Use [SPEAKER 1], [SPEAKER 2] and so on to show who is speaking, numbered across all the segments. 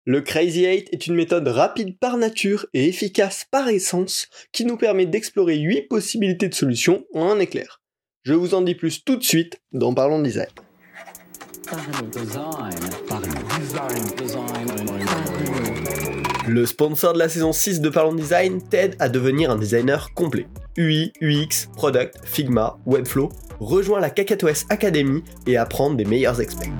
[SPEAKER 1] Le Crazy 8 est une méthode rapide par nature et efficace par essence qui nous permet d'explorer 8 possibilités de solutions en un éclair. Je vous en dis plus tout de suite dans Parlons Design. Le sponsor de la saison 6 de Parlons Design t'aide à devenir un designer complet. UI, UX, Product, Figma, Webflow, rejoins la KaKatoS Academy et apprends des meilleurs experts.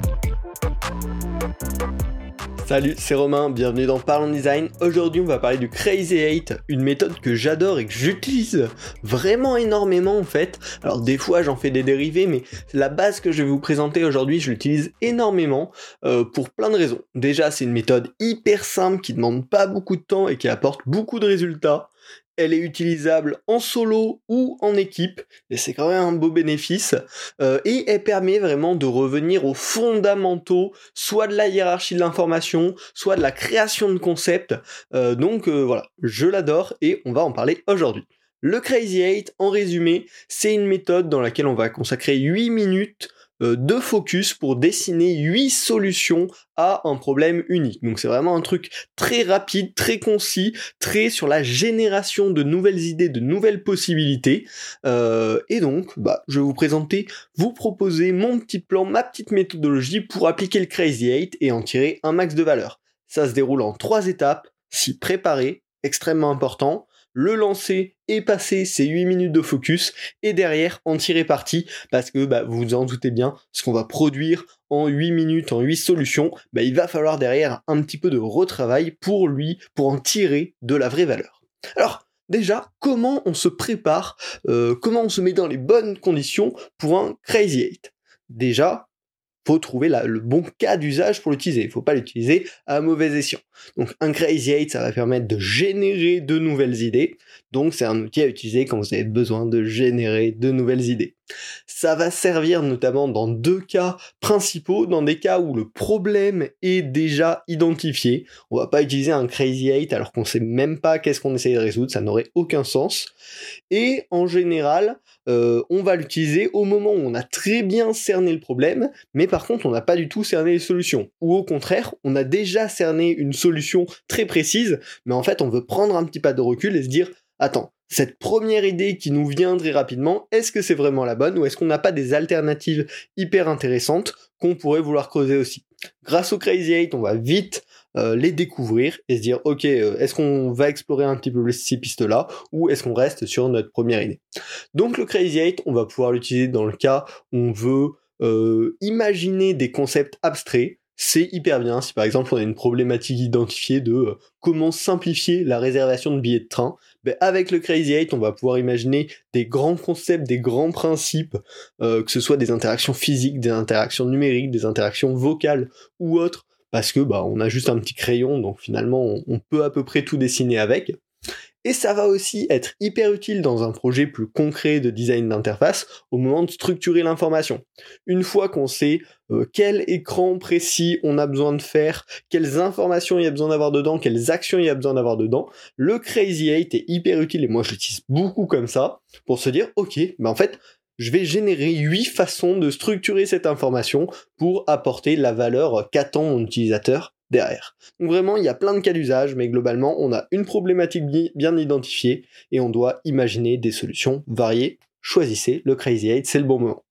[SPEAKER 1] Salut, c'est Romain, bienvenue dans Parlons Design. Aujourd'hui, on va parler du Crazy 8, une méthode que j'adore et que j'utilise vraiment énormément en fait. Alors des fois, j'en fais des dérivés, mais la base que je vais vous présenter aujourd'hui, je l'utilise énormément pour plein de raisons. Déjà, c'est une méthode hyper simple qui demande pas beaucoup de temps et qui apporte beaucoup de résultats. Elle est utilisable en solo ou en équipe, et c'est quand même un beau bénéfice, et elle permet vraiment de revenir aux fondamentaux, soit de la hiérarchie de l'information, soit de la création de concepts, donc voilà, je l'adore, et on va en parler aujourd'hui. Le Crazy 8, en résumé, c'est une méthode dans laquelle on va consacrer 8 minutes de focus pour dessiner 8 solutions à un problème unique. Donc c'est vraiment un truc très rapide, très concis, très sur la génération de nouvelles idées, de nouvelles possibilités. Et donc, je vais vous proposer mon petit plan, ma petite méthodologie pour appliquer le Crazy 8 et en tirer un max de valeur. Ça se déroule en 3 étapes, s'y préparer, extrêmement important, le lancer et passer ces 8 minutes de focus et derrière en tirer parti parce que vous vous en doutez bien, ce qu'on va produire en 8 minutes, en 8 solutions, il va falloir derrière un petit peu de retravail pour en tirer de la vraie valeur. Alors déjà, comment on se prépare, comment on se met dans les bonnes conditions pour un Crazy 8 ? Déjà, faut trouver le bon cas d'usage pour l'utiliser. Il faut pas l'utiliser à mauvais escient. Donc un Crazy 8, ça va permettre de générer de nouvelles idées. Donc c'est un outil à utiliser quand vous avez besoin de générer de nouvelles idées. Ça va servir notamment dans 2 cas principaux, dans des cas où le problème est déjà identifié. On va pas utiliser un Crazy 8 alors qu'on sait même pas qu'est-ce qu'on essaye de résoudre, ça n'aurait aucun sens. Et en général, on va l'utiliser au moment où on a très bien cerné le problème, mais par contre on n'a pas du tout cerné les solutions. Ou au contraire, on a déjà cerné une solution très précise, mais en fait on veut prendre un petit pas de recul et se dire « Attends, cette première idée qui nous vient très rapidement, est-ce que c'est vraiment la bonne ou est-ce qu'on n'a pas des alternatives hyper intéressantes qu'on pourrait vouloir creuser aussi ?» Grâce au Crazy 8, on va vite les découvrir et se dire ok, est-ce qu'on va explorer un petit peu ces pistes-là ou est-ce qu'on reste sur notre première idée. Donc le Crazy 8, on va pouvoir l'utiliser dans le cas où on veut imaginer des concepts abstraits. C'est hyper bien si par exemple on a une problématique identifiée de comment simplifier la réservation de billets de train. Avec le Crazy 8, on va pouvoir imaginer des grands concepts, des grands principes, que ce soit des interactions physiques, des interactions numériques, des interactions vocales ou autres, parce que on a juste un petit crayon, donc finalement on peut à peu près tout dessiner avec. Et ça va aussi être hyper utile dans un projet plus concret de design d'interface au moment de structurer l'information. Une fois qu'on sait quel écran précis on a besoin de faire, quelles informations il y a besoin d'avoir dedans, quelles actions il y a besoin d'avoir dedans, le Crazy 8 est hyper utile et moi je l'utilise beaucoup comme ça pour se dire ok, en fait je vais générer 8 façons de structurer cette information pour apporter la valeur qu'attend mon utilisateur derrière. Donc vraiment, il y a plein de cas d'usage, mais globalement, on a une problématique bien identifiée et on doit imaginer des solutions variées. Choisissez le Crazy 8, c'est le bon moment.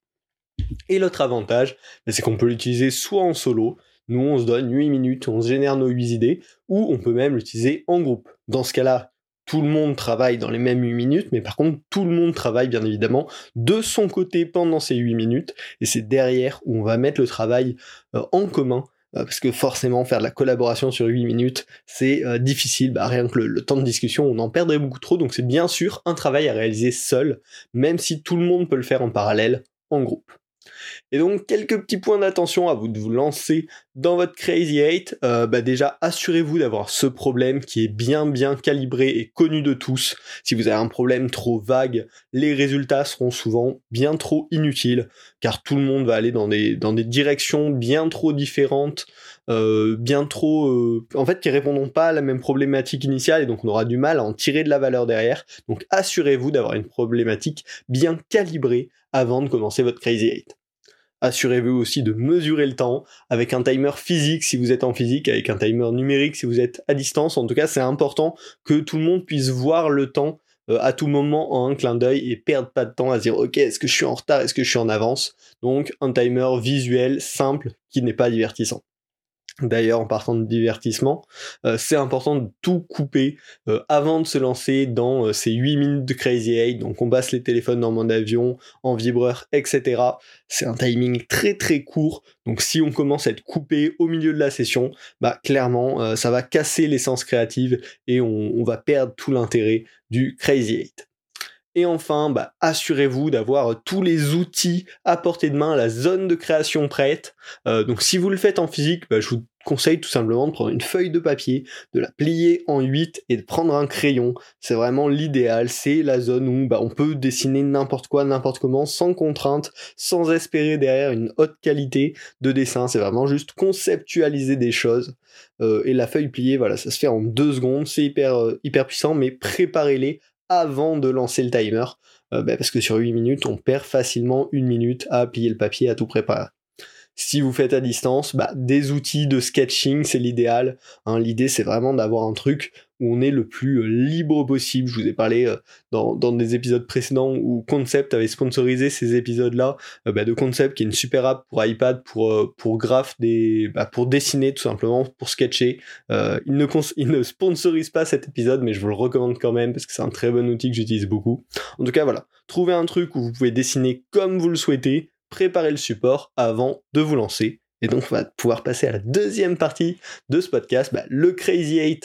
[SPEAKER 1] Et l'autre avantage, c'est qu'on peut l'utiliser soit en solo, nous on se donne 8 minutes, on se génère nos 8 idées, ou on peut même l'utiliser en groupe. Dans ce cas-là, tout le monde travaille dans les mêmes 8 minutes, mais par contre, tout le monde travaille bien évidemment de son côté pendant ces 8 minutes, et c'est derrière où on va mettre le travail en commun, parce que forcément, faire de la collaboration sur 8 minutes, c'est difficile, rien que le temps de discussion, on en perdrait beaucoup trop, donc c'est bien sûr un travail à réaliser seul, même si tout le monde peut le faire en parallèle, en groupe. Et donc, quelques petits points d'attention à vous de vous lancer dans votre Crazy 8. Déjà, assurez-vous d'avoir ce problème qui est bien calibré et connu de tous. Si vous avez un problème trop vague, les résultats seront souvent bien trop inutiles, car tout le monde va aller dans des directions bien trop différentes, qui répondront pas à la même problématique initiale, et donc on aura du mal à en tirer de la valeur derrière. Donc, assurez-vous d'avoir une problématique bien calibrée avant de commencer votre Crazy 8. Assurez-vous aussi de mesurer le temps avec un timer physique si vous êtes en physique, avec un timer numérique si vous êtes à distance. En tout cas, c'est important que tout le monde puisse voir le temps à tout moment en un clin d'œil et perdre pas de temps à se dire ok, est-ce que je suis en retard, est-ce que je suis en avance. Donc un timer visuel simple qui n'est pas divertissant. D'ailleurs, en partant de divertissement, c'est important de tout couper avant de se lancer dans ces 8 minutes de Crazy 8, donc on passe les téléphones en mode avion, en vibreur, etc. C'est un timing très très court, donc si on commence à être coupé au milieu de la session, clairement, ça va casser l'essence créative et on va perdre tout l'intérêt du Crazy 8. Et enfin, assurez-vous d'avoir tous les outils à portée de main, la zone de création prête. Donc si vous le faites en physique, je vous conseille tout simplement de prendre une feuille de papier, de la plier en 8 et de prendre un crayon. C'est vraiment l'idéal, c'est la zone où on peut dessiner n'importe quoi, n'importe comment, sans contrainte, sans espérer derrière une haute qualité de dessin. C'est vraiment juste conceptualiser des choses. Et la feuille pliée, voilà, ça se fait en 2 secondes, c'est hyper puissant, mais préparez-les avant de lancer le timer, parce que sur 8 minutes, on perd facilement 1 minute à plier le papier, à tout préparer. Si vous faites à distance, des outils de sketching, c'est l'idéal. L'idée, c'est vraiment d'avoir un truc où on est le plus libre possible. Je vous ai parlé dans des épisodes précédents où Concept avait sponsorisé ces épisodes-là, de Concept, qui est une super app pour iPad, pour pour dessiner tout simplement, pour sketcher. Il ne sponsorise pas cet épisode, mais je vous le recommande quand même parce que c'est un très bon outil que j'utilise beaucoup. En tout cas, voilà, trouvez un truc où vous pouvez dessiner comme vous le souhaitez, préparez le support avant de vous lancer. Et donc on va pouvoir passer à la deuxième partie de ce podcast, le Crazy 8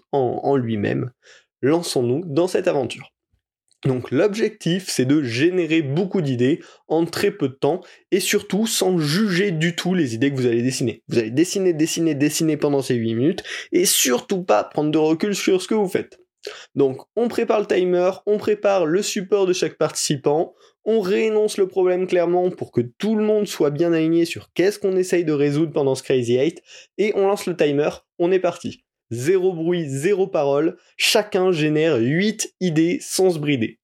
[SPEAKER 1] en lui-même. Lançons-nous dans cette aventure. Donc l'objectif, c'est de générer beaucoup d'idées en très peu de temps et surtout sans juger du tout les idées que vous allez dessiner. Vous allez dessiner pendant ces 8 minutes et surtout pas prendre de recul sur ce que vous faites. Donc on prépare le timer, on prépare le support de chaque participant, on réénonce le problème clairement pour que tout le monde soit bien aligné sur qu'est-ce qu'on essaye de résoudre pendant ce Crazy 8, et on lance le timer, on est parti. 0 bruit, 0 parole, chacun génère 8 idées sans se brider.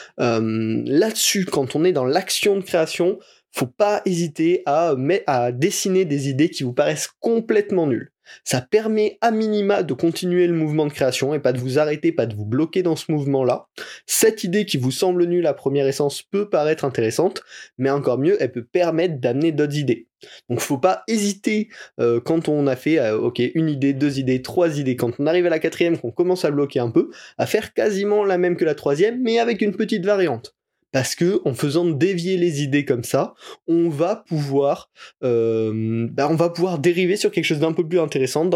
[SPEAKER 1] Là-dessus, quand on est dans l'action de création, faut pas hésiter à dessiner des idées qui vous paraissent complètement nulles. Ça permet à minima de continuer le mouvement de création et pas de vous arrêter, pas de vous bloquer dans ce mouvement-là. Cette idée qui vous semble nulle à première essence peut paraître intéressante, mais encore mieux, elle peut permettre d'amener d'autres idées. Donc faut pas hésiter quand on a fait une idée, 2 idées, 3 idées, quand on arrive à la 4e, qu'on commence à bloquer un peu, à faire quasiment la même que la 3e, mais avec une petite variante. Parce que en faisant dévier les idées comme ça, on va pouvoir dériver sur quelque chose d'un peu plus intéressant,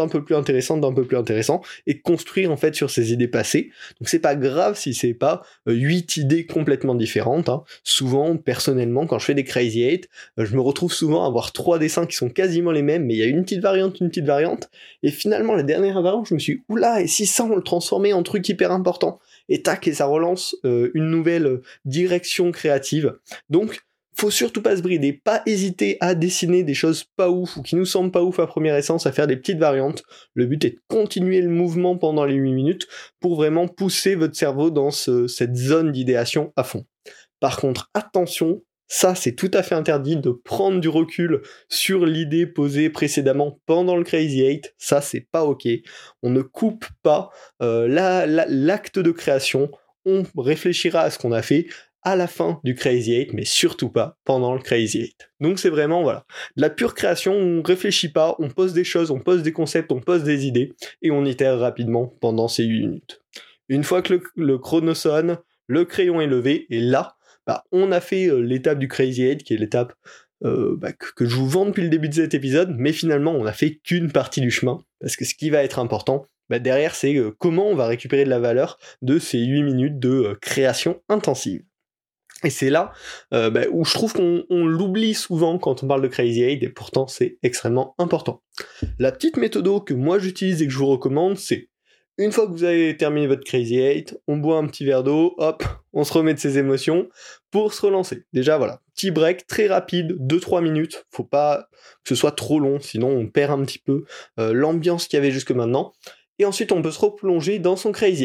[SPEAKER 1] et construire en fait sur ces idées passées. Donc c'est pas grave si c'est pas 8 idées complètement différentes. Souvent, personnellement, quand je fais des Crazy 8, je me retrouve souvent à avoir 3 dessins qui sont quasiment les mêmes, mais il y a une petite variante, et finalement la dernière variante, je me suis dit, oula, et si ça on le transformait en truc hyper important, et tac, et ça relance une nouvelle direction créative. Donc, faut surtout pas se brider, pas hésiter à dessiner des choses pas ouf ou qui nous semblent pas ouf à première essence, à faire des petites variantes. Le but est de continuer le mouvement pendant les 8 minutes pour vraiment pousser votre cerveau dans cette zone d'idéation à fond. Par contre, attention, ça c'est tout à fait interdit de prendre du recul sur l'idée posée précédemment pendant le Crazy 8, ça c'est pas ok. On ne coupe pas l'acte de création, on réfléchira à ce qu'on a fait à la fin du Crazy 8, mais surtout pas pendant le Crazy 8. Donc c'est vraiment, de la pure création, on réfléchit pas, on pose des choses, on pose des concepts, on pose des idées, et on itère rapidement pendant ces 8 minutes. Une fois que le chrono sonne, le crayon est levé, et là, on a fait l'étape du Crazy 8, qui est l'étape que je vous vends depuis le début de cet épisode, mais finalement on n'a fait qu'une partie du chemin, parce que ce qui va être important, derrière c'est comment on va récupérer de la valeur de ces 8 minutes de création intensive. Et c'est là où je trouve qu'on l'oublie souvent quand on parle de Crazy 8, et pourtant c'est extrêmement important. La petite méthode que moi j'utilise et que je vous recommande, c'est une fois que vous avez terminé votre Crazy 8, on boit un petit verre d'eau, hop, on se remet de ses émotions pour se relancer. Déjà petit break très rapide, 2-3 minutes, faut pas que ce soit trop long, sinon on perd un petit peu l'ambiance qu'il y avait jusque maintenant. Et ensuite on peut se replonger dans son Crazy 8.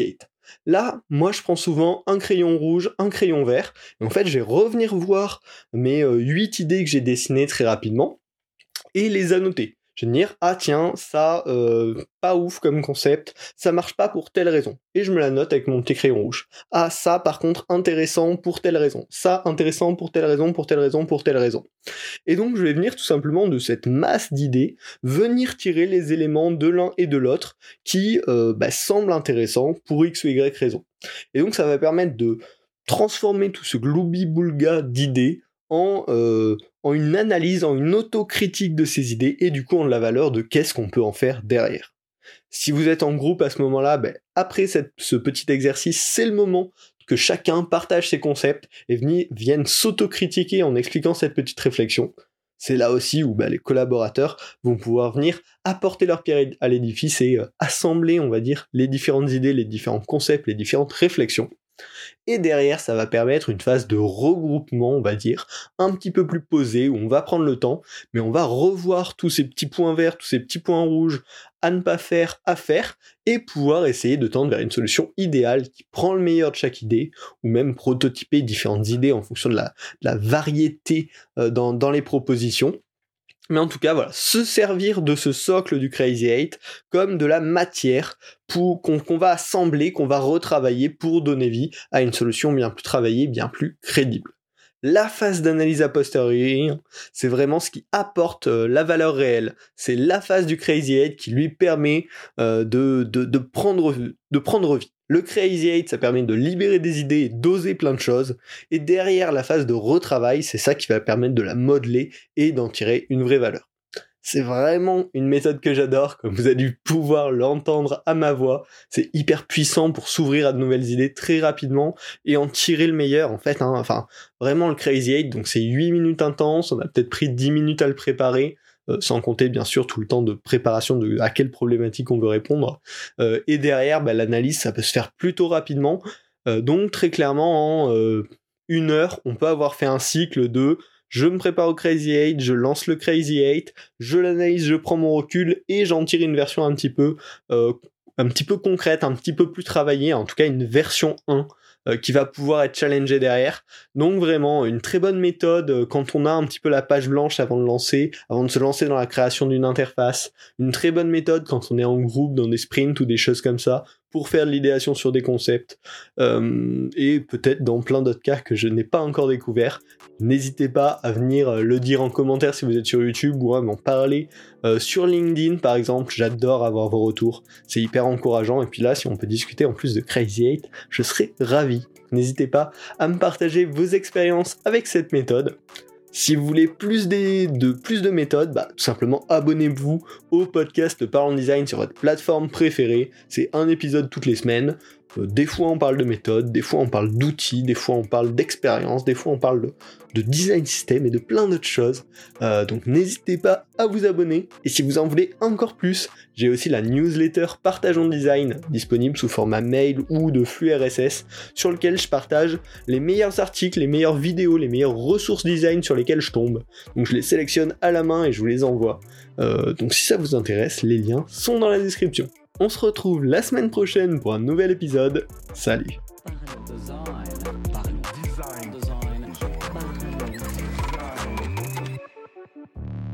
[SPEAKER 1] Là, moi je prends souvent un crayon rouge, un crayon vert, et en fait je vais revenir voir mes 8 idées que j'ai dessinées très rapidement, et les annoter. Je vais me dire, ah tiens, ça, pas ouf comme concept, ça marche pas pour telle raison. Et je me la note avec mon petit crayon rouge. Ah, ça, par contre, intéressant pour telle raison. Ça, intéressant pour telle raison, pour telle raison, pour telle raison. Et donc, je vais venir tout simplement de cette masse d'idées, venir tirer les éléments de l'un et de l'autre qui semblent intéressants pour X ou Y raison. Et donc, ça va permettre de transformer tout ce gloubi-boulga d'idées en une analyse, en une autocritique de ces idées, et du coup en la valeur de qu'est-ce qu'on peut en faire derrière. Si vous êtes en groupe à ce moment-là, après ce petit exercice, c'est le moment que chacun partage ses concepts et vienne s'autocritiquer en expliquant cette petite réflexion. C'est là aussi où les collaborateurs vont pouvoir venir apporter leur pierre à l'édifice et assembler, on va dire, les différentes idées, les différents concepts, les différentes réflexions. Et derrière, ça va permettre une phase de regroupement, on va dire, un petit peu plus posée, où on va prendre le temps, mais on va revoir tous ces petits points verts, tous ces petits points rouges à ne pas faire, à faire, et pouvoir essayer de tendre vers une solution idéale qui prend le meilleur de chaque idée, ou même prototyper différentes idées en fonction de la variété dans les propositions. Mais en tout cas, voilà, se servir de ce socle du Crazy 8 comme de la matière qu'on va assembler, qu'on va retravailler pour donner vie à une solution bien plus travaillée, bien plus crédible. La phase d'analyse a posteriori, c'est vraiment ce qui apporte la valeur réelle. C'est la phase du Crazy 8 qui lui permet de prendre vie. Le Crazy 8, ça permet de libérer des idées et d'oser plein de choses. Et derrière la phase de retravail, c'est ça qui va permettre de la modeler et d'en tirer une vraie valeur. C'est vraiment une méthode que j'adore, comme vous avez dû pouvoir l'entendre à ma voix. C'est hyper puissant pour s'ouvrir à de nouvelles idées très rapidement et en tirer le meilleur, en fait. Vraiment le Crazy 8, donc c'est 8 minutes intenses, on a peut-être pris 10 minutes à le préparer, sans compter bien sûr tout le temps de préparation de à quelle problématique on veut répondre. Et derrière, l'analyse, ça peut se faire plutôt rapidement. Donc très clairement, en 1 heure, on peut avoir fait un cycle de je me prépare au Crazy 8, je lance le Crazy 8, je l'analyse, je prends mon recul et j'en tire une version un petit peu concrète, un petit peu plus travaillée, en tout cas une version 1 qui va pouvoir être challengée derrière. Donc vraiment une très bonne méthode quand on a un petit peu la page blanche avant de se lancer dans la création d'une interface. Une très bonne méthode quand on est en groupe, dans des sprints ou des choses comme ça, pour faire de l'idéation sur des concepts, et peut-être dans plein d'autres cas que je n'ai pas encore découvert. N'hésitez pas à venir le dire en commentaire si vous êtes sur YouTube, ou à m'en parler sur LinkedIn par exemple. J'adore avoir vos retours, c'est hyper encourageant, et puis là si on peut discuter en plus de Crazy 8, je serai ravi. N'hésitez pas à me partager vos expériences avec cette méthode. Si vous voulez plus de méthodes, tout simplement abonnez-vous au podcast Parlons Design sur votre plateforme préférée. C'est un épisode toutes les semaines. Des fois on parle de méthodes, des fois on parle d'outils, des fois on parle d'expérience, des fois on parle de design system et de plein d'autres choses. Donc n'hésitez pas à vous abonner. Et si vous en voulez encore plus, j'ai aussi la newsletter Partageons Design, disponible sous format mail ou de flux RSS, sur lequel je partage les meilleurs articles, les meilleures vidéos, les meilleures ressources design sur lesquelles je tombe. Donc je les sélectionne à la main et je vous les envoie. Donc si ça vous intéresse, les liens sont dans la description. On se retrouve la semaine prochaine pour un nouvel épisode. Salut!
[SPEAKER 2] Design.